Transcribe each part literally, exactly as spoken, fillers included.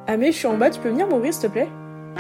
Ah mais je suis en bas, tu peux venir m'ouvrir s'il te plaît?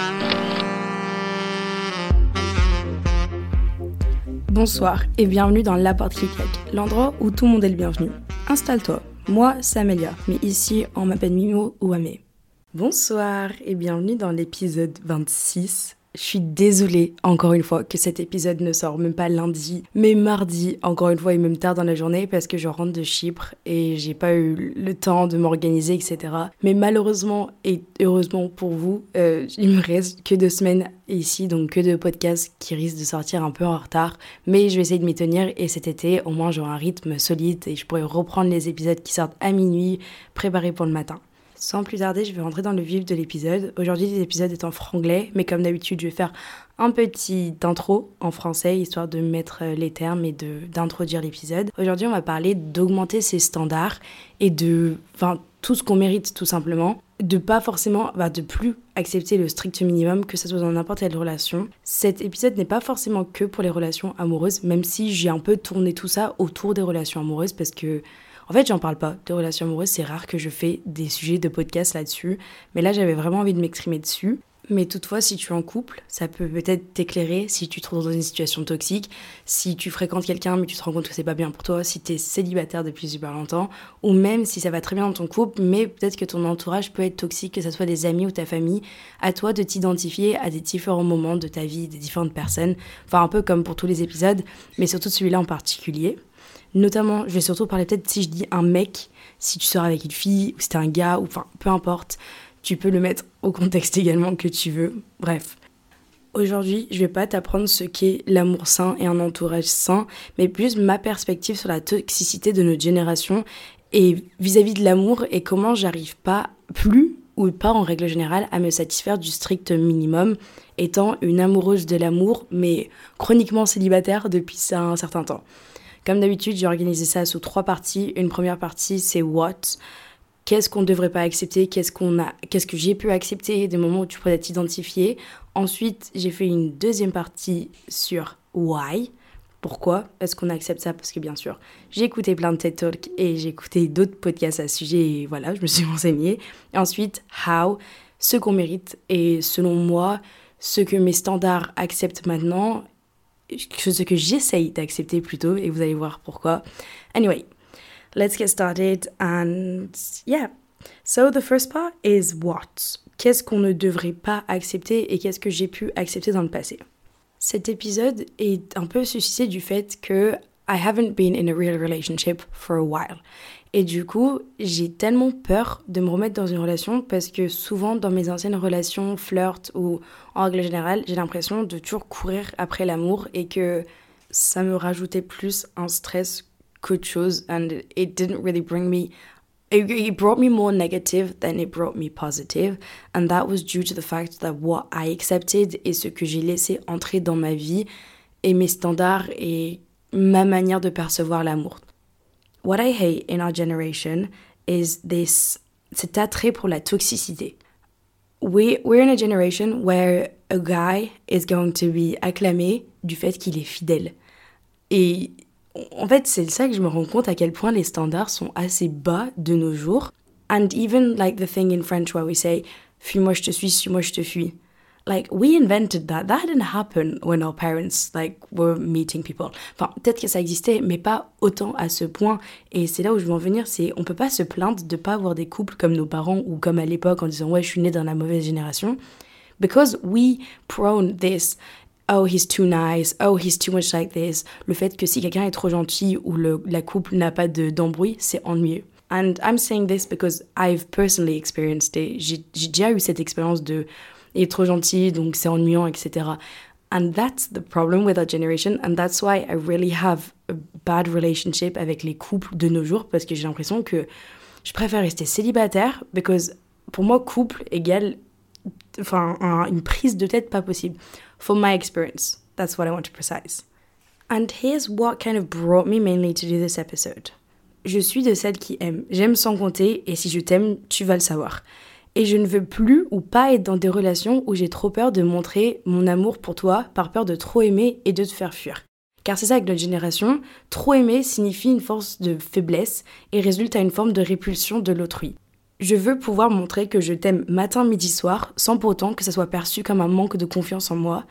Bonsoir et bienvenue dans La Porte qui claque, l'endroit où tout le monde est le bienvenu. Installe-toi, moi c'est Amélia, mais ici on m'appelle Mimo ou Amé. Bonsoir et bienvenue dans l'épisode vingt-six. Je suis désolée, encore une fois, que cet épisode ne sort même pas lundi, mais mardi, encore une fois, et même tard dans la journée, parce que je rentre de Chypre et j'ai pas eu le temps de m'organiser, et cetera. Mais malheureusement et heureusement pour vous, euh, il me reste que deux semaines ici, donc que deux podcasts qui risquent de sortir un peu en retard. Mais je vais essayer de m'y tenir et cet été, au moins, j'aurai un rythme solide et je pourrai reprendre les épisodes qui sortent à minuit, préparés pour le matin. Sans plus tarder, je vais rentrer dans le vif de l'épisode. Aujourd'hui, l'épisode est en franglais, mais comme d'habitude, je vais faire un petit intro en français, histoire de mettre les termes et de, d'introduire l'épisode. Aujourd'hui, on va parler d'augmenter ses standards et de, enfin, tout ce qu'on mérite, tout simplement. De pas forcément, bah, de plus accepter le strict minimum, que ça soit dans n'importe quelle relation. Cet épisode n'est pas forcément que pour les relations amoureuses, même si j'ai un peu tourné tout ça autour des relations amoureuses, parce que en fait, j'en parle pas de relations amoureuses, c'est rare que je fais des sujets de podcast là-dessus, mais là, j'avais vraiment envie de m'exprimer dessus. Mais toutefois, si tu es en couple, ça peut peut-être t'éclairer si tu te trouves dans une situation toxique, si tu fréquentes quelqu'un mais tu te rends compte que c'est pas bien pour toi, si t'es célibataire depuis super longtemps, ou même si ça va très bien dans ton couple, mais peut-être que ton entourage peut être toxique, que ce soit des amis ou ta famille, à toi de t'identifier à des différents moments de ta vie, des différentes personnes, enfin un peu comme pour tous les épisodes, mais surtout celui-là en particulier. Notamment, je vais surtout parler peut-être si je dis un mec, si tu sors avec une fille, ou si t'es un gars, ou enfin, peu importe, tu peux le mettre au contexte également que tu veux. Bref. Aujourd'hui, je vais pas t'apprendre ce qu'est l'amour sain et un entourage sain, mais plus ma perspective sur la toxicité de notre génération et vis-à-vis de l'amour et comment j'arrive pas plus, ou pas en règle générale, à me satisfaire du strict minimum, étant une amoureuse de l'amour, mais chroniquement célibataire depuis ça un certain temps. Comme d'habitude, j'ai organisé ça sous trois parties. Une première partie, c'est what. Qu'est-ce qu'on ne devrait pas accepter, qu'est-ce, qu'on a, qu'est-ce que j'ai pu accepter, des moments où tu pourrais t'identifier. Ensuite, j'ai fait une deuxième partie sur why. Pourquoi est-ce qu'on accepte ça? Parce que bien sûr, j'ai écouté plein de TED Talks et j'ai écouté d'autres podcasts à ce sujet et voilà, je me suis renseignée. Et ensuite, how, ce qu'on mérite et selon moi, ce que mes standards acceptent maintenant, ce que j'essaye d'accepter plutôt, et vous allez voir pourquoi. Anyway, let's get started, and yeah. So the first part is what? Qu'est-ce qu'on ne devrait pas accepter et qu'est-ce que j'ai pu accepter dans le passé? Cet épisode est un peu suscité du fait que I haven't been in a real relationship for a while. Et du coup, j'ai tellement peur de me remettre dans une relation parce que souvent, dans mes anciennes relations, flirt ou en règle générale, j'ai l'impression de toujours courir après l'amour et que ça me rajoutait plus un stress qu'autre chose. And it didn't really bring me... It, it brought me more negative than it brought me positive. And that was due to the fact that what I accepted et ce que j'ai laissé entrer dans ma vie et mes standards et ma manière de percevoir l'amour. What I hate in our generation is this, cet attrait pour la toxicité. We, we're in a generation where a guy is going to be acclamé du fait qu'il est fidèle. Et en fait, c'est ça que je me rends compte à quel point les standards sont assez bas de nos jours. And even like the thing in French where we say « fuis-moi, je te suis, suis-moi, je te fuis ». Like, we invented that. That didn't happen when our parents, like, were meeting people. Enfin, peut-être que ça existait, mais pas autant à ce point. Et c'est là où je veux en venir, c'est on peut pas se plaindre de pas avoir des couples comme nos parents ou comme à l'époque en disant « ouais, je suis née dans la mauvaise génération ». Because we prone this « oh, he's too nice »,« oh, he's too much like this ». Le fait que si quelqu'un est trop gentil ou le, la couple n'a pas de, d'embrouille, c'est ennuyeux. And I'm saying this because I've personally experienced it. J'ai, j'ai déjà eu cette expérience de il est trop gentil, donc c'est ennuyant, et cetera. And that's the problem with our generation, and that's why I really have a bad relationship avec les couples de nos jours, parce que j'ai l'impression que je préfère rester célibataire, because pour moi, couple égale enfin, un, une prise de tête pas possible. For my experience, that's what I want to precise. And here's what kind of brought me mainly to do this episode. Je suis de celles qui aiment. J'aime sans compter, et si je t'aime, tu vas le savoir. Et je ne veux plus ou pas être dans des relations où j'ai trop peur de montrer mon amour pour toi par peur de trop aimer et de te faire fuir. Car c'est ça avec notre génération, trop aimer signifie une force de faiblesse et résulte à une forme de répulsion de l'autrui. Je veux pouvoir montrer que je t'aime matin, midi, soir, sans pour autant que ça soit perçu comme un manque de confiance en moi.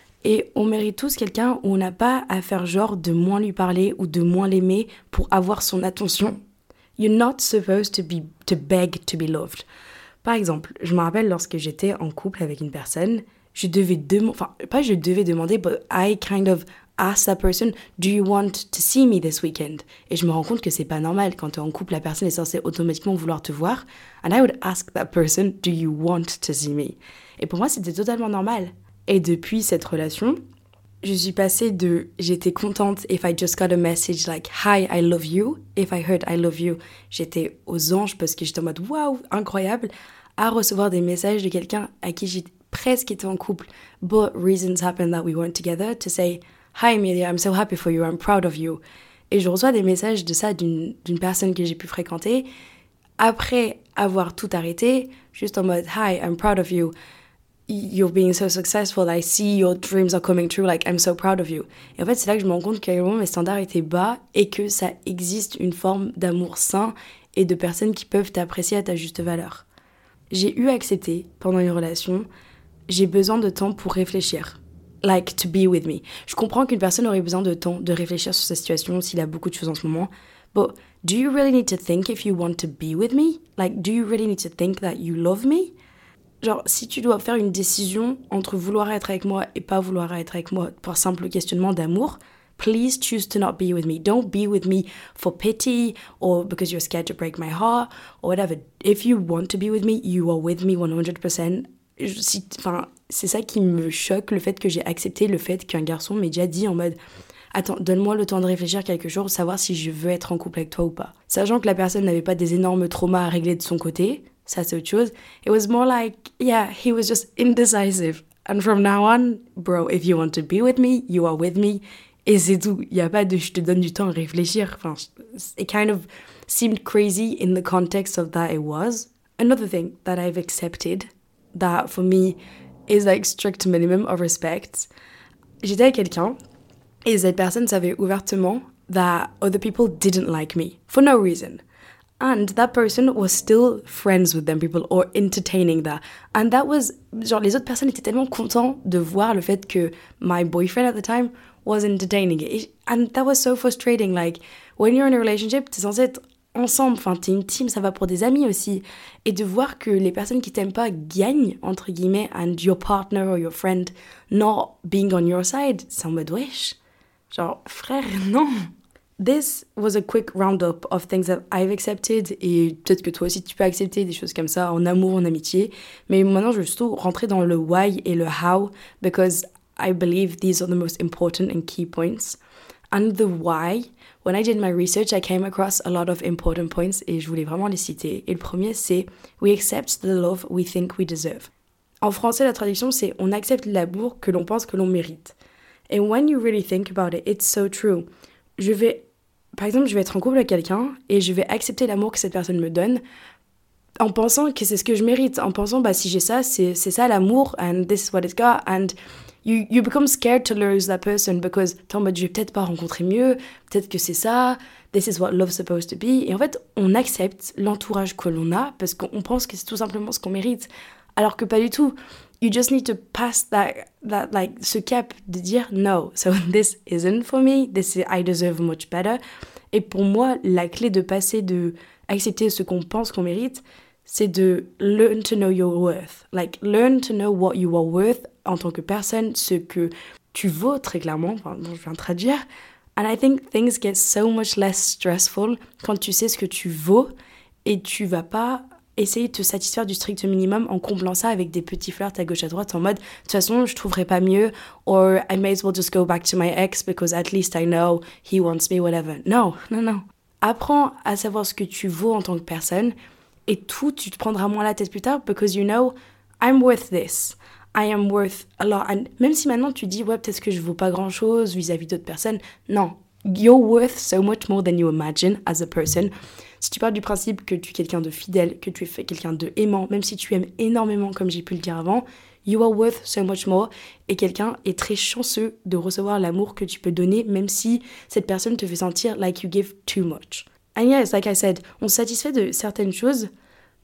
Et on mérite tous quelqu'un où on n'a pas à faire genre de moins lui parler ou de moins l'aimer pour avoir son attention. You're not supposed to be to beg to be loved. Par exemple, je me rappelle lorsque j'étais en couple avec une personne, je devais demander, enfin pas je devais demander, but I kind of asked that person, do you want to see me this weekend? Et je me rends compte que c'est pas normal. Quand t'es en couple, la personne est censée automatiquement vouloir te voir. And I would ask that person, do you want to see me? Et pour moi, c'était totalement normal. Et depuis cette relation, je suis passée de j'étais contente if I just got a message like hi, I love you. If I heard I love you, j'étais aux anges parce que j'étais en mode waouh, incroyable, à recevoir des messages de quelqu'un à qui j'ai presque été en couple. But reasons happened that we weren't together to say hi Amelia, I'm so happy for you, I'm proud of you. Et je reçois des messages de ça d'une, d'une personne que j'ai pu fréquenter après avoir tout arrêté, juste en mode hi, I'm proud of you. You're being so successful, I see your dreams are coming true, like I'm so proud of you. Et en fait, c'est là que je me rends compte qu'à un moment, mes standards étaient bas et que ça existe une forme d'amour sain et de personnes qui peuvent t'apprécier à ta juste valeur. J'ai eu accepté, pendant une relation, j'ai besoin de temps pour réfléchir. Like, to be with me. Je comprends qu'une personne aurait besoin de temps de réfléchir sur sa situation s'il a beaucoup de choses en ce moment. But do you really need to think if you want to be with me? Like, do you really need to think that you love me? Genre, si tu dois faire une décision entre vouloir être avec moi et pas vouloir être avec moi pour simple questionnement d'amour, please choose to not be with me. Don't be with me for pity or because you're scared to break my heart or whatever. If you want to be with me, you are with me one hundred percent. Si, enfin, c'est ça qui me choque, le fait que j'ai accepté le fait qu'un garçon m'ait déjà dit en mode « Attends, donne-moi le temps de réfléchir quelque chose, savoir si je veux être en couple avec toi ou pas. » Sachant que la personne n'avait pas des énormes traumas à régler de son côté, ça c'est autre chose. It was more like, yeah, he was just indecisive. And from now on, bro, if you want to be with me, you are with me. Et c'est tout. Il n'y a pas de je te donne du temps à réfléchir. Enfin, it kind of seemed crazy in the context of that it was. Another thing that I've accepted that for me is like strict minimum of respect. J'étais avec quelqu'un et cette personne savait ouvertement that other people didn't like me for no reason. And that person was still friends with them people or entertaining that. And that was, genre, les autres personnes étaient tellement contents de voir le fait que my boyfriend at the time was entertaining it. And that was so frustrating. Like, when you're in a relationship, t'es censé être ensemble. Enfin, t'es une team, ça va pour des amis aussi. Et de voir que les personnes qui t'aiment pas gagnent, entre guillemets, and your partner or your friend not being on your side, c'est en mode wesh. Genre, frère, non. This was a quick roundup of things that I've accepted et peut-être que toi aussi tu peux accepter des choses comme ça en amour, en amitié. Mais maintenant je veux surtout rentrer dans le why et le how because I believe these are the most important and key points. And the why, when I did my research, I came across a lot of important points et je voulais vraiment les citer. Et le premier c'est we accept the love we think we deserve. En français la traduction c'est on accepte l'amour que l'on pense que l'on mérite. And when you really think about it, it's so true. Je vais Par exemple, je vais être en couple avec quelqu'un et je vais accepter l'amour que cette personne me donne en pensant que c'est ce que je mérite, en pensant bah si j'ai ça, c'est, c'est ça l'amour and this is what it's got and you, you become scared to lose that person because t'es en mode je vais peut-être pas rencontrer mieux, peut-être que c'est ça, this is what love's supposed to be et en fait on accepte l'entourage que l'on a parce qu'on pense que c'est tout simplement ce qu'on mérite alors que pas du tout. You just need to pass that, that like, ce cap de dire no, so this isn't for me, this is, I deserve much better. Et pour moi, la clé de passer de accepter ce qu'on pense qu'on mérite, c'est de learn to know your worth. Like, learn to know what you are worth en tant que personne, ce que tu vaux très clairement, enfin, bon, je viens de traduire. And I think things get so much less stressful quand tu sais ce que tu vaux et tu vas pas essayer de te satisfaire du strict minimum en comblant ça avec des petits flirts à gauche à droite en mode de toute façon je trouverai pas mieux or I may as well just go back to my ex because at least I know he wants me whatever. Non, non, non. Apprends à savoir ce que tu vaux en tant que personne et tout tu te prendras moins la tête plus tard because you know I'm worth this. I am worth a lot. And même si maintenant tu dis ouais peut-être que je vaux pas grand chose vis-à-vis d'autres personnes, non. You're worth so much more than you imagine as a person. Si tu pars du principe que tu es quelqu'un de fidèle, que tu es quelqu'un de aimant, même si tu aimes énormément comme j'ai pu le dire avant, you are worth so much more. Et quelqu'un est très chanceux de recevoir l'amour que tu peux donner, même si cette personne te fait sentir like you give too much. And yes, like I said, on se satisfait de certaines choses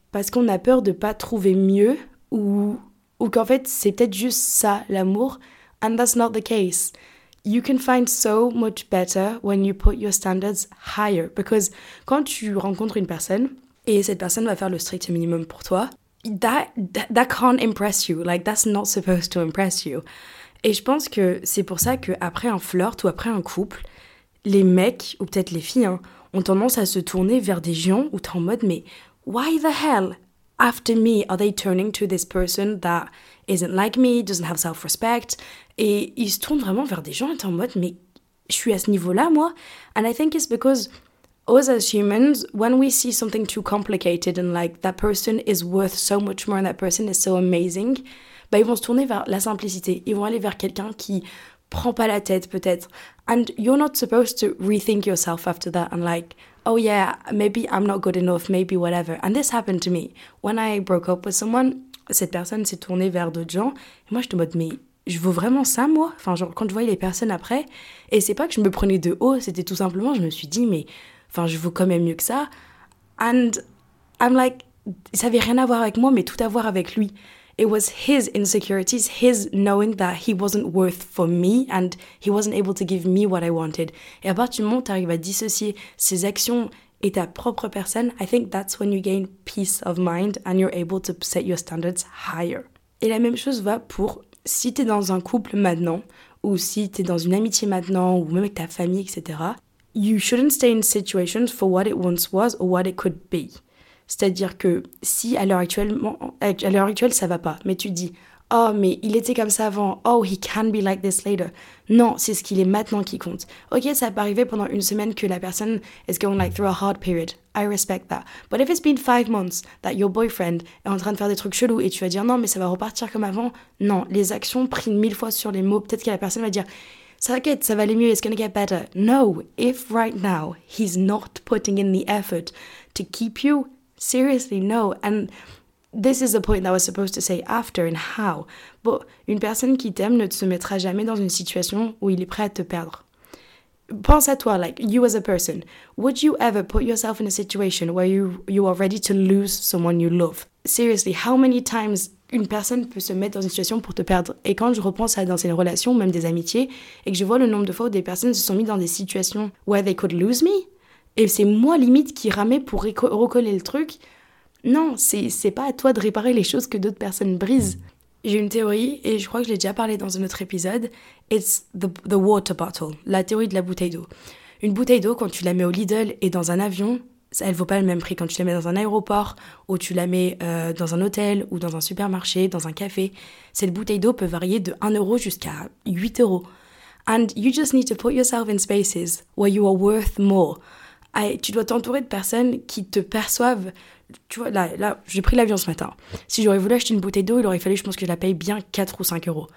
parce qu'on a peur de pas trouver mieux ou, ou qu'en fait c'est peut-être juste ça l'amour, and that's not the case. You can find so much better when you put your standards higher, because quand tu rencontres une personne et cette personne va faire le strict minimum pour toi, that, that, that can't impress you, like that's not supposed to impress you. Et je pense que c'est pour ça qu'après un flirt ou après un couple, les mecs, ou peut-être les filles, hein, ont tendance à se tourner vers des gens où t'es en mode, mais why the hell, after me, are they turning to this person that isn't like me, doesn't have self-respect? Et ils se tournent vraiment vers des gens et t'es en mode, mais je suis à ce niveau-là, moi? And I think it's because us as humans, when we see something too complicated and like that person is worth so much more and that person is so amazing, bah ils vont se tourner vers la simplicité. Ils vont aller vers quelqu'un qui prend pas la tête peut-être. And you're not supposed to rethink yourself after that and like, oh yeah, maybe I'm not good enough, maybe whatever. And this happened to me. When I broke up with someone, cette personne s'est tournée vers d'autres gens. Et moi, j'étais en mode, mais je vaux vraiment ça, moi? Enfin, genre, quand je voyais les personnes après, et c'est pas que je me prenais de haut, c'était tout simplement, je me suis dit, mais, enfin, je vaux quand même mieux que ça. And I'm like, ça avait rien à voir avec moi, mais tout à voir avec lui. It was his insecurities, his knowing that he wasn't worth for me and he wasn't able to give me what I wanted. Et à partir du moment où tu arrives à dissocier ses actions et ta propre personne, I think that's when you gain peace of mind and you're able to set your standards higher. Et la même chose va pour si t'es dans un couple maintenant, ou si t'es dans une amitié maintenant, ou même avec ta famille, et cetera. You shouldn't stay in situations for what it once was or what it could be. C'est-à-dire que si à l'heure actuelle, à l'heure actuelle ça va pas, mais tu te dis « Oh, mais il était comme ça avant. Oh, he can be like this later. » Non, c'est ce qu'il est maintenant qui compte. Ok, ça peut arriver pendant une semaine que la personne is going like through a hard period. I respect that. But if it's been five months that your boyfriend est en train de faire des trucs chelous et tu vas dire « Non, mais ça va repartir comme avant. » Non, les actions priment mille fois sur les mots. Peut-être que la personne va dire « Ça va, ça va aller mieux, it's gonna get better. » No, if right now he's not putting in the effort to keep you, seriously, no. And this is the point that I was supposed to say after and how. But une personne qui t'aime ne se mettra jamais dans une situation où il est prêt à te perdre. Pense à toi, like you as a person. Would you ever put yourself in a situation where you, you are ready to lose someone you love? Seriously, how many times une personne peut se mettre dans une situation pour te perdre? Et quand je repense à dans une relation, même des amitiés, et que je vois le nombre de fois où des personnes se sont mises dans des situations where they could lose me, et c'est moi limite qui ramais pour réco- recoller le truc. Non, c'est, c'est pas à toi de réparer les choses que d'autres personnes brisent. J'ai une théorie, et je crois que je l'ai déjà parlé dans un autre épisode. It's the, the water bottle, la théorie de la bouteille d'eau. Une bouteille d'eau, quand tu la mets au Lidl et dans un avion, ça, elle vaut pas le même prix. Quand tu la mets dans un aéroport, ou tu la mets euh, dans un hôtel, ou dans un supermarché, dans un café, cette bouteille d'eau peut varier de un euro jusqu'à huit euros. And you just need to put yourself in spaces where you are worth more. Et tu dois t'entourer de personnes qui te perçoivent. Tu vois, là, là j'ai pris l'avion ce matin. Si j'aurais voulu acheter une bouteille d'eau, il aurait fallu, je pense que je la paye bien quatre ou cinq euros.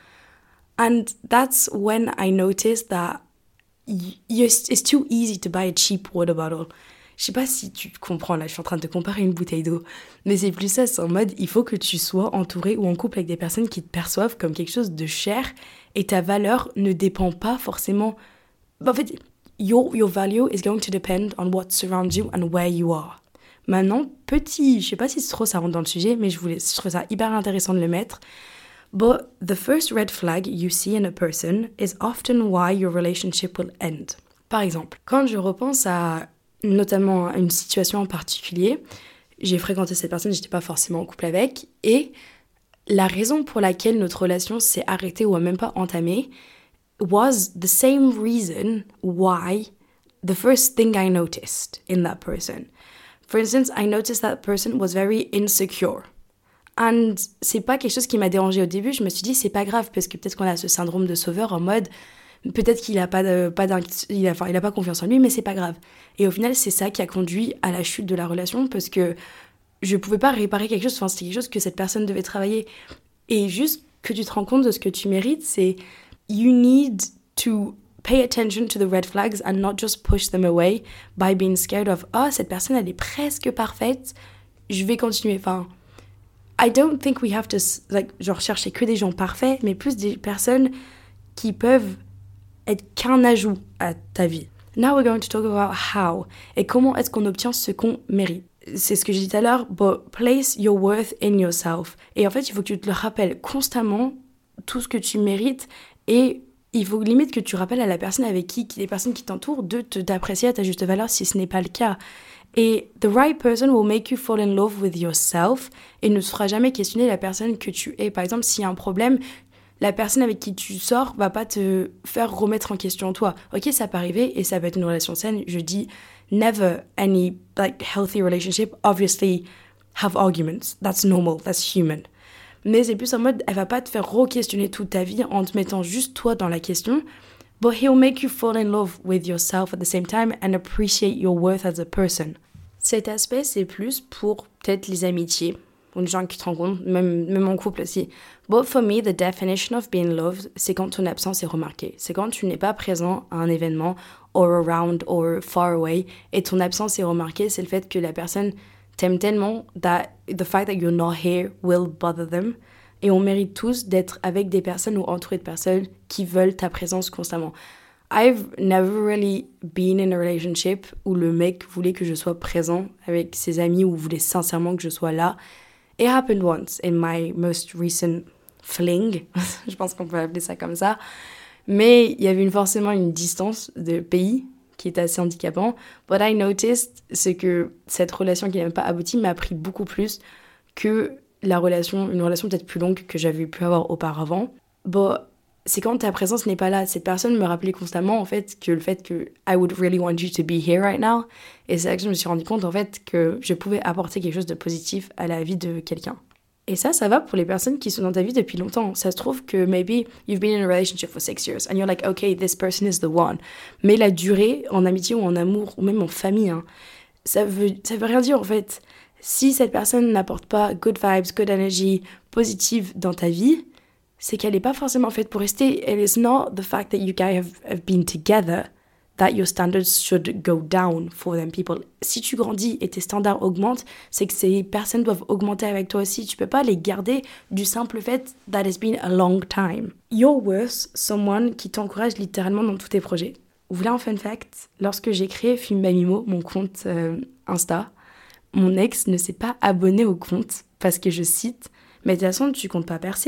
And that's when I noticed that it's too easy to buy a cheap water bottle. Je sais pas si tu comprends, là, je suis en train de te comparer une bouteille d'eau. Mais c'est plus ça, c'est en mode, il faut que tu sois entouré ou en couple avec des personnes qui te perçoivent comme quelque chose de cher et ta valeur ne dépend pas forcément... En fait... Your, your value is going to depend on what surrounds you and where you are. Maintenant, petit, je sais pas si c'est trop ça rentre dans le sujet, mais je, voulais, je trouve ça hyper intéressant de le mettre. But the first red flag you see in a person is often why your relationship will end. Par exemple, quand je repense à notamment à une situation en particulier, j'ai fréquenté cette personne, j'étais pas forcément en couple avec, et la raison pour laquelle notre relation s'est arrêtée ou a même pas entamée was the same reason why the first thing I noticed in that person. For instance, I noticed that person was very insecure. And c'est pas quelque chose qui m'a dérangée au début, je me suis dit c'est pas grave parce que peut-être qu'on a ce syndrome de sauveur en mode peut-être qu'il a pas de, pas il a, enfin, il a pas confiance en lui, mais c'est pas grave. Et au final, c'est ça qui a conduit à la chute de la relation parce que je pouvais pas réparer quelque chose, enfin c'était quelque chose que cette personne devait travailler. Et juste que tu te rends compte de ce que tu mérites, c'est you need to pay attention to the red flags and not just push them away by being scared of « Oh, cette personne, elle est presque parfaite, je vais continuer. » Enfin, I don't think we have to, like, genre, chercher que des gens parfaits, mais plus des personnes qui peuvent être qu'un ajout à ta vie. Now we're going to talk about how et comment est-ce qu'on obtient ce qu'on mérite. c'est ce que j'ai dit tout à l'heure, but place your worth in yourself. Et en fait, il faut que tu te le rappelles constamment, tout ce que tu mérites, et il faut limite que tu rappelles à la personne avec qui, les personnes qui t'entourent, de te, t'apprécier à ta juste valeur si ce n'est pas le cas. Et the right person will make you fall in love with yourself et ne te fera jamais questionner la personne que tu es. Par exemple, s'il y a un problème, la personne avec qui tu sors va pas te faire remettre en question toi. Ok, ça peut arriver et ça peut être une relation saine. Je dis never any like healthy relationship obviously have arguments. That's normal, that's human. Mais c'est plus en mode, elle va pas te faire re-questionner toute ta vie en te mettant juste toi dans la question. But he'll make you fall in love with yourself at the same time and appreciate your worth as a person. Cet aspect, c'est plus pour peut-être les amitiés, ou les gens qui te rencontrent, même, même en couple aussi. But for me, the definition of being loved, c'est quand ton absence est remarquée. C'est quand tu n'es pas présent à un événement, or around, or far away, et ton absence est remarquée, c'est le fait que la personne t'aime tellement that the fact that you're not here will bother them. Et on mérite tous d'être avec des personnes ou entourés de personnes qui veulent ta présence constamment. I've never really been in a relationship où le mec voulait que je sois présent avec ses amis ou voulait sincèrement que je sois là. It happened once in my most recent fling. Je pense qu'on peut appeler ça comme ça. Mais il y avait une, forcément une distance de pays qui est assez handicapant. But I noticed, c'est que cette relation qui n'a même pas abouti m'a appris beaucoup plus que la relation, une relation peut-être plus longue que j'avais pu avoir auparavant. Bon, c'est quand ta présence n'est pas là. Cette personne me rappelait constamment, en fait, que le fait que I would really want you to be here right now. Et c'est là que je me suis rendu compte, en fait, que je pouvais apporter quelque chose de positif à la vie de quelqu'un. Et ça, ça va pour les personnes qui sont dans ta vie depuis longtemps. Ça se trouve que maybe you've been in a relationship for six years and you're like, okay, this person is the one. Mais la durée, en amitié ou en amour, ou même en famille, hein, ça veut, ça veut rien dire, en fait. Si cette personne n'apporte pas good vibes, good energy, positive dans ta vie, c'est qu'elle n'est pas forcément faite pour rester. It is not the fact that you guys have, have been together that your standards should go down for them people. Si tu grandis et tes standards augmentent, c'est que ces personnes doivent augmenter avec toi aussi. Tu peux pas les garder du simple fait that it's been a long time. You're worth someone qui t'encourage littéralement dans tous tes projets. Vous voulez un fun fact? Lorsque j'ai créé Fumbamimo, mon compte euh, Insta, mon ex ne s'est pas abonné au compte parce que je cite « Mais de toute façon, tu comptes pas percer. »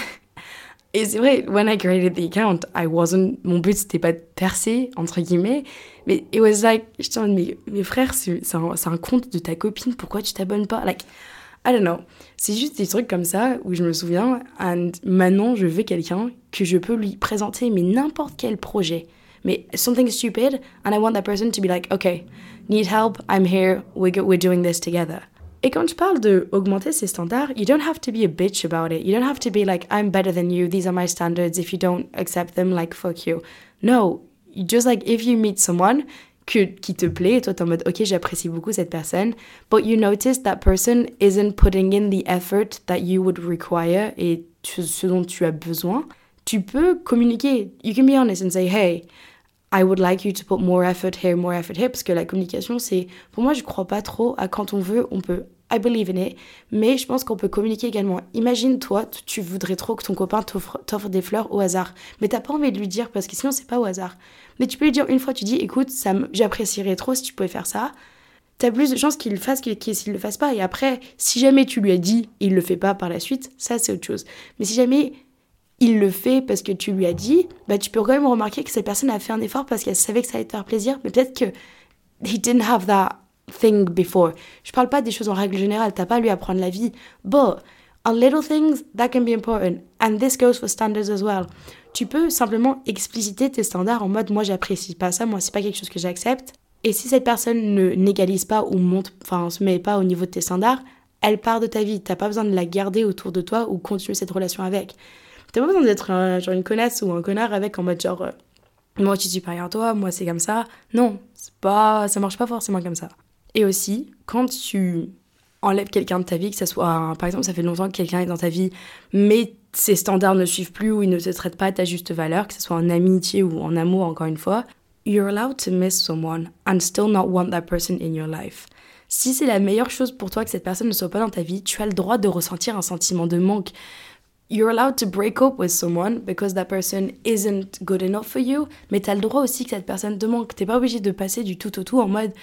Et c'est vrai, when I created the account, I wasn't... Mon but, c'était pas de percer, entre guillemets, mais it was like... Je te dis, mais, mes frères, c'est, c'est, un, c'est un compte de ta copine, pourquoi tu t'abonnes pas? Like, I don't know. C'est juste des trucs comme ça où je me souviens, and maintenant, je veux quelqu'un que je peux lui présenter, mais n'importe quel projet. Mais something stupid, and I want that person to be like, okay, need help, I'm here, we're, we're doing this together. Et quand je parle de augmenter ses standards, you don't have to be a bitch about it. You don't have to be like, I'm better than you, these are my standards, if you don't accept them, like, fuck you. No, you just like, if you meet someone que, qui te plaît, et toi t'es en mode, ok, j'apprécie beaucoup cette personne, but you notice that person isn't putting in the effort that you would require et ce dont tu as besoin, tu peux communiquer. You can be honest and say, hey, I would like you to put more effort here, more effort here, parce que la communication, c'est... Pour moi, je crois pas trop à quand on veut, on peut. I believe in it. Mais je pense qu'on peut communiquer également. Imagine, toi, tu voudrais trop que ton copain t'offre, t'offre des fleurs au hasard. Mais t'as pas envie de lui dire, parce que sinon, c'est pas au hasard. Mais tu peux lui dire une fois, tu dis, écoute, ça m- j'apprécierais trop si tu pouvais faire ça. T'as plus de chances qu'il le fasse qu'il, qu'il, qu'il le fasse pas. Et après, si jamais tu lui as dit, il le fait pas par la suite, ça, c'est autre chose. Mais si jamais... il le fait parce que tu lui as dit, bah tu peux quand même remarquer que cette personne a fait un effort parce qu'elle savait que ça allait te faire plaisir, mais peut-être que he didn't have that thing before. Je parle pas des choses en règle générale, t'as pas à lui apprendre la vie, but on little things that can be important, and this goes for standards as well. Tu peux simplement expliciter tes standards en mode, moi j'apprécie pas ça, moi c'est pas quelque chose que j'accepte, et si cette personne ne n'égalise pas ou monte, enfin se met pas au niveau de tes standards, elle part de ta vie, t'as pas besoin de la garder autour de toi ou continuer cette relation avec. T'as pas besoin d'être un, genre une connasse ou un connard avec en mode genre euh, moi je suis supérieur à toi, moi c'est comme ça. Non, c'est pas, ça marche pas forcément comme ça. Et aussi, quand tu enlèves quelqu'un de ta vie, que ça soit, par exemple, ça fait longtemps que quelqu'un est dans ta vie, mais ses standards ne suivent plus ou il ne te traite pas à ta juste valeur, que ce soit en amitié ou en amour encore une fois, you're allowed to miss someone and still not want that person in your life. Si c'est la meilleure chose pour toi que cette personne ne soit pas dans ta vie, tu as le droit de ressentir un sentiment de manque. You're allowed to break up with someone because that person isn't good enough for you, mais t'as le droit aussi que cette personne te manque. T'es pas obligé de passer du tout au tout en mode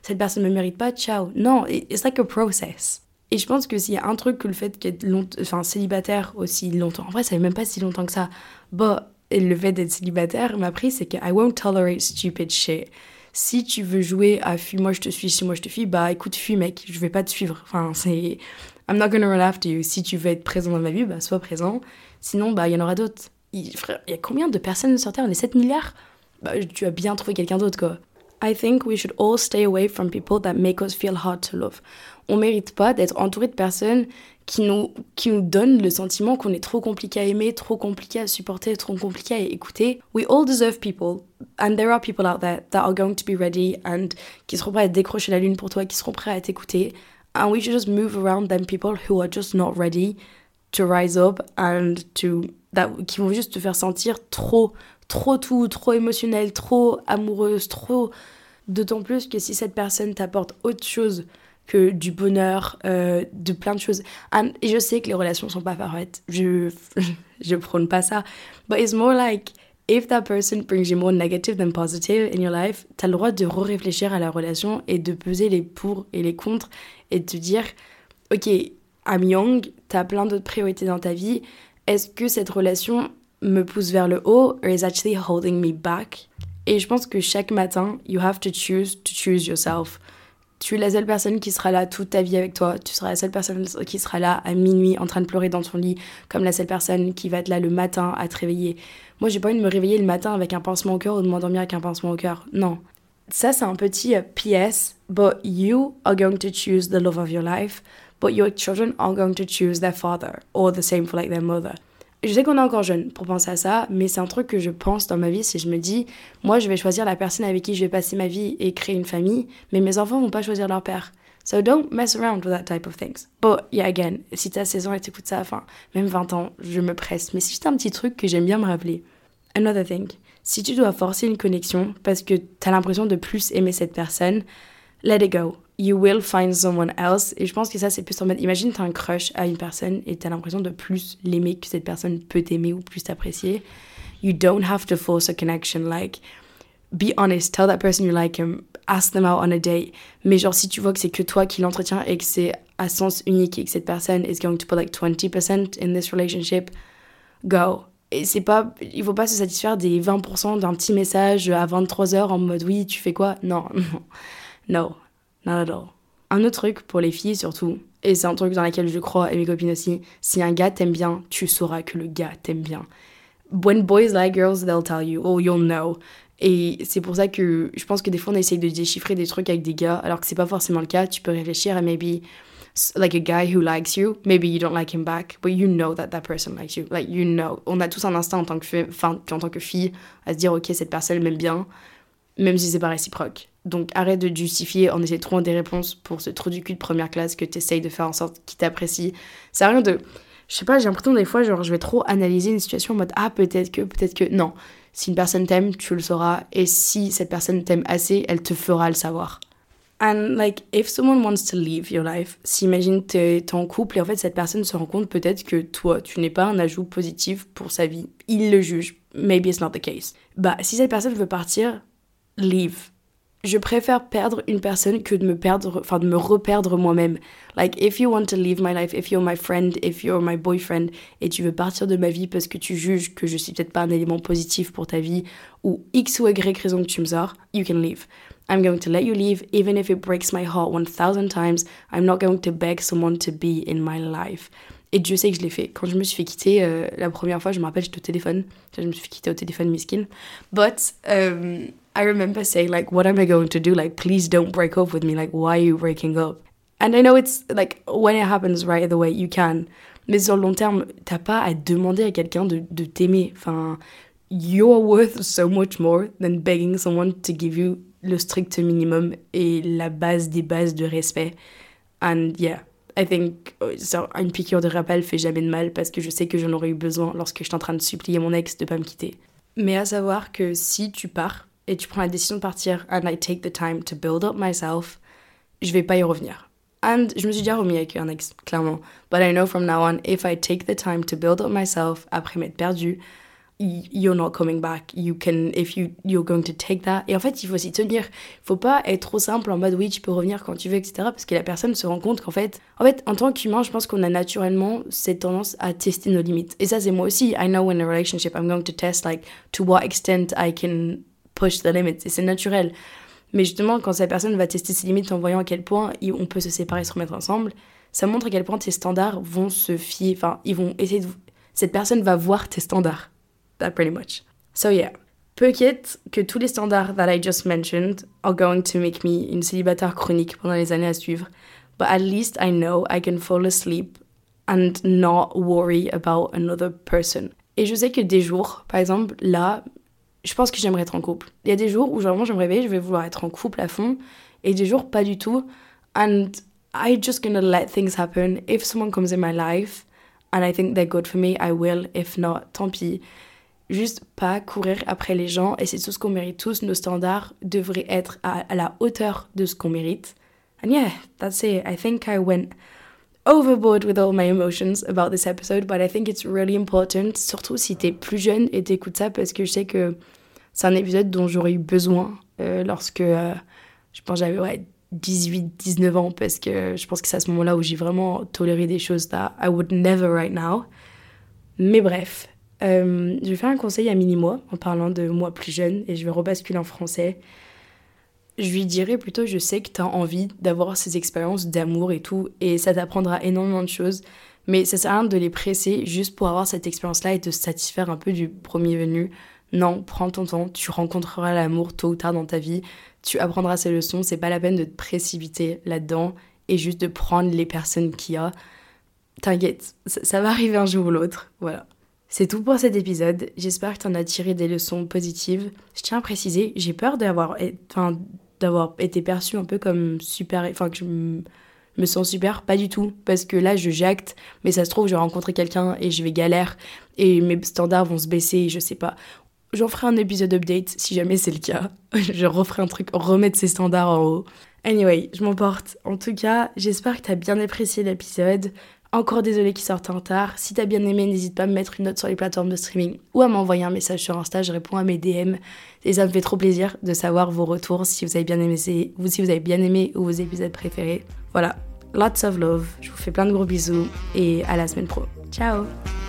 cette personne me mérite pas, ciao. Non, it's like a process. Et je pense que s'il y a un truc que le fait d'être long... enfin, célibataire aussi longtemps, en vrai ça fait même pas si longtemps que ça, bah, le fait d'être célibataire m'a appris, c'est que I won't tolerate stupid shit. Si tu veux jouer à fuis moi je te suis, si moi je te fuis, bah écoute, fuis mec, je vais pas te suivre. Enfin, c'est... I'm not gonna run after you. Si tu veux être présent dans ma vie, bah sois présent. Sinon, bah il y en aura d'autres. Il, frère, il y a combien de personnes sur Terre? On est sept milliards? Bah tu as bien trouvé quelqu'un d'autre, quoi. I think we should all stay away from people that make us feel hard to love. On mérite pas d'être entouré de personnes qui nous, qui nous donnent le sentiment qu'on est trop compliqué à aimer, trop compliqué à supporter, trop compliqué à écouter. We all deserve people, and there are people out there that are going to be ready and qui seront prêts à décrocher la lune pour toi, qui seront prêts à t'écouter. And we should just move around them people who are just not ready to rise up and to... That, qui vont juste te faire sentir trop, trop tout, trop émotionnelle, trop amoureuse, trop... D'autant plus que si cette personne t'apporte autre chose que du bonheur, euh, de plein de choses. And, et je sais que les relations sont pas parfaites. Je, je prône pas ça. But it's more like, if that person brings you more negative than positive in your life, t'as le droit de re-réfléchir à la relation et de peser les pour et les contre et de te dire, ok, I'm young, t'as plein d'autres priorités dans ta vie. Est-ce que cette relation me pousse vers le haut or is actually holding me back? Et je pense que chaque matin, you have to choose to choose yourself. Tu es la seule personne qui sera là toute ta vie avec toi. Tu seras la seule personne qui sera là à minuit en train de pleurer dans ton lit, comme la seule personne qui va être là le matin à te réveiller. Moi, j'ai pas envie de me réveiller le matin avec un pincement au cœur ou de m'endormir avec un pincement au cœur. Non. Ça, c'est un petit uh, P S. But you are going to choose the love of your life. But your children are going to choose their father. Or the same for like their mother. Je sais qu'on est encore jeune pour penser à ça, mais c'est un truc que je pense dans ma vie, c'est que je me dis, moi je vais choisir la personne avec qui je vais passer ma vie et créer une famille, mais mes enfants vont pas choisir leur père. So don't mess around with that type of things. But yeah, again, si t'as seize ans et t'écoutes ça, enfin, même vingt ans, je me presse, mais c'est juste un petit truc que j'aime bien me rappeler. Another thing, si tu dois forcer une connexion parce que t'as l'impression de plus aimer cette personne, let it go. You will find someone else. Et je pense que ça, c'est plus en mode... Imagine, t'as un crush à une personne et t'as l'impression de plus l'aimer que cette personne peut t'aimer ou plus t'apprécier. You don't have to force a connection. Like, be honest. Tell that person you like him. Ask them out on a date. Mais genre, si tu vois que c'est que toi qui l'entretiens et que c'est à sens unique et que cette personne is going to put like twenty percent in this relationship, go. Et c'est pas... Il faut pas se satisfaire des vingt pour cent d'un petit message à vingt-trois heures en mode « Oui, tu fais quoi ?» Non, non. No. Not at all. Un autre truc pour les filles surtout, et c'est un truc dans lequel je crois et mes copines aussi, si un gars t'aime bien, tu sauras que le gars t'aime bien. When boys like girls, they'll tell you, oh you'll know. Et c'est pour ça que je pense que des fois on essaye de déchiffrer des trucs avec des gars, alors que c'est pas forcément le cas. Tu peux réfléchir à maybe like a guy who likes you, maybe you don't like him back, but you know that that person likes you. Like you know. On a tous un instinct en tant que fille, enfin en tant que fille, à se dire ok cette personne m'aime bien, même si c'est pas réciproque. Donc arrête de justifier en essayant de trouver des réponses pour ce trou du cul de première classe que t'essayes de faire en sorte qu'il t'apprécie. Ça a rien de... Je sais pas, j'ai l'impression des fois, genre, je vais trop analyser une situation en mode « Ah, peut-être que, peut-être que... » Non, si une personne t'aime, tu le sauras. Et si cette personne t'aime assez, elle te fera le savoir. And like, if someone wants to leave your life, si imagine t'es, t'es en couple et en fait cette personne se rend compte peut-être que toi, tu n'es pas un ajout positif pour sa vie. Il le juge. Maybe it's not the case. Bah, si cette personne veut partir, leave. Je préfère perdre une personne que de me perdre, enfin de me reperdre moi-même. Like, if you want to leave my life, if you're my friend, if you're my boyfriend, et tu veux partir de ma vie parce que tu juges que je suis peut-être pas un élément positif pour ta vie, ou X ou Y raison que tu me sors, you can leave. I'm going to let you leave, even if it breaks my heart one thousand times. I'm not going to beg someone to be in my life. Et Dieu sait que je l'ai fait. Quand je me suis fait quitter, euh, la première fois, je me rappelle, j'étais au téléphone. Je me suis fait quitter au téléphone, miskin. But um, I remember saying, like, what am I going to do? Like, please don't break up with me. Like, why are you breaking up? And I know it's, like, when it happens right away, you can. Mais sur le long terme, t'as pas à demander à quelqu'un de, de t'aimer. Enfin, you're worth so much more than begging someone to give you le strict minimum et la base des bases de respect. And yeah. I think une piqûre de rappel fait jamais de mal parce que je sais que j'en aurais eu besoin lorsque j'étais en train de supplier mon ex de pas me quitter. Mais à savoir que si tu pars et tu prends la décision de partir and I take the time to build up myself, je vais pas y revenir. And je me suis déjà remis avec un ex, clairement. But I know from now on, if I take the time to build up myself après m'être perdue, you're not coming back. You can, if you, you're going to take that. Et en fait, il faut s'y tenir. Il faut pas être trop simple en mode oui, tu peux revenir quand tu veux, et cetera. Parce que la personne se rend compte qu'en fait, en fait, en tant qu'humain, je pense qu'on a naturellement cette tendance à tester nos limites. Et ça, c'est moi aussi. I know in a relationship, I'm going to test like to what extent I can push the limits. Et c'est naturel. Mais justement, quand cette personne va tester ses limites en voyant à quel point on peut se séparer, se remettre ensemble, ça montre à quel point tes standards vont se fier. Enfin, ils vont essayer de. Cette personne va voir tes standards. That pretty much. So yeah. Peut-être que tous les standards that I just mentioned are going to make me une célibataire chronique pendant les années à suivre. But at least I know I can fall asleep and not worry about another person. Et je sais que des jours, par exemple, là, je pense que j'aimerais être en couple. Il y a des jours où vraiment je me réveille, je vais vouloir être en couple à fond, et des jours pas du tout. And I'm just gonna let things happen. If someone comes in my life and I think they're good for me, I will. If not, tant pis. Juste pas courir après les gens, et c'est tout ce qu'on mérite tous. Nos standards devraient être à, à la hauteur de ce qu'on mérite. And yeah, that's it. I think I went overboard with all my emotions about this episode, but I think it's really important, surtout si t'es plus jeune et t'écoutes ça, parce que je sais que c'est un épisode dont j'aurais eu besoin euh, lorsque euh, je pense j'avais ouais, dix-huit dix-neuf ans, parce que je pense que c'est à ce moment-là où j'ai vraiment toléré des choses that I would never right now. Mais bref, euh, je vais faire un conseil à Mini-moi en parlant de moi plus jeune, et je vais rebasculer en français. Je lui dirais plutôt, je sais que t'as envie d'avoir ces expériences d'amour et tout, et ça t'apprendra énormément de choses, mais ça sert à rien de les presser juste pour avoir cette expérience-là et te satisfaire un peu du premier venu. Non, prends ton temps, tu rencontreras l'amour tôt ou tard dans ta vie, tu apprendras ces leçons, c'est pas la peine de te précipiter là-dedans et juste de prendre les personnes qu'il y a. T'inquiète, ça, ça va arriver un jour ou l'autre, voilà. C'est tout pour cet épisode, j'espère que t'en as tiré des leçons positives. Je tiens à préciser, j'ai peur d'avoir, enfin, d'avoir été perçue un peu comme super, enfin que je me, me sens super, pas du tout, parce que là je jacte, mais ça se trouve je vais rencontrer quelqu'un et je vais galère, et mes standards vont se baisser, je sais pas. J'en ferai un épisode update si jamais c'est le cas, je referai un truc, remettre ces standards en haut. Anyway, je m'emporte. En tout cas, j'espère que t'as bien apprécié l'épisode. Encore désolée qu'il sorte en retard. Si t'as bien aimé, n'hésite pas à me mettre une note sur les plateformes de streaming ou à m'envoyer un message sur Insta, je réponds à mes D M. Et ça me fait trop plaisir de savoir vos retours, si vous avez bien aimé, si vous avez bien aimé ou vos épisodes préférés. Voilà, lots of love, je vous fais plein de gros bisous et à la semaine pro. Ciao!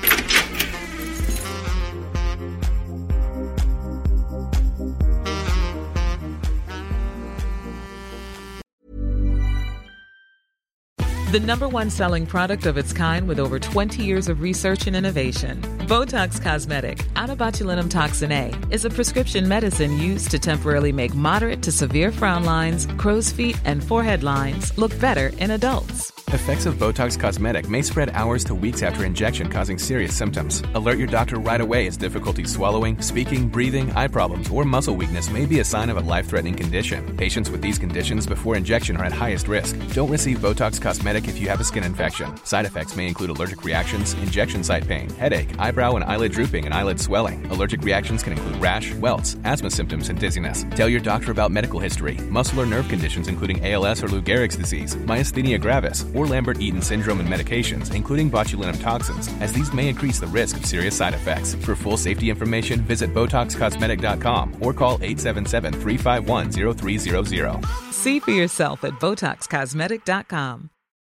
The number one selling product of its kind with over twenty years of research and innovation. Botox Cosmetic, out of botulinum toxin A, is a prescription medicine used to temporarily make moderate to severe frown lines, crow's feet, and forehead lines look better in adults. Effects of Botox Cosmetic may spread hours to weeks after injection, causing serious symptoms. Alert your doctor right away as difficulty swallowing, speaking, breathing, eye problems, or muscle weakness may be a sign of a life-threatening condition. Patients with these conditions before injection are at highest risk. Don't receive Botox Cosmetic if you have a skin infection. Side effects may include allergic reactions, injection site pain, headache, eyebrow and eyelid drooping, and eyelid swelling. Allergic reactions can include rash, welts, asthma symptoms, and dizziness. Tell your doctor about medical history, muscle or nerve conditions including A L S or Lou Gehrig's disease, myasthenia gravis, or Lambert-Eaton syndrome and medications, including botulinum toxins, as these may increase the risk of serious side effects. For full safety information, visit Botox Cosmetic dot com or call eight seven seven, three five one, zero three zero zero. See for yourself at Botox Cosmetic dot com.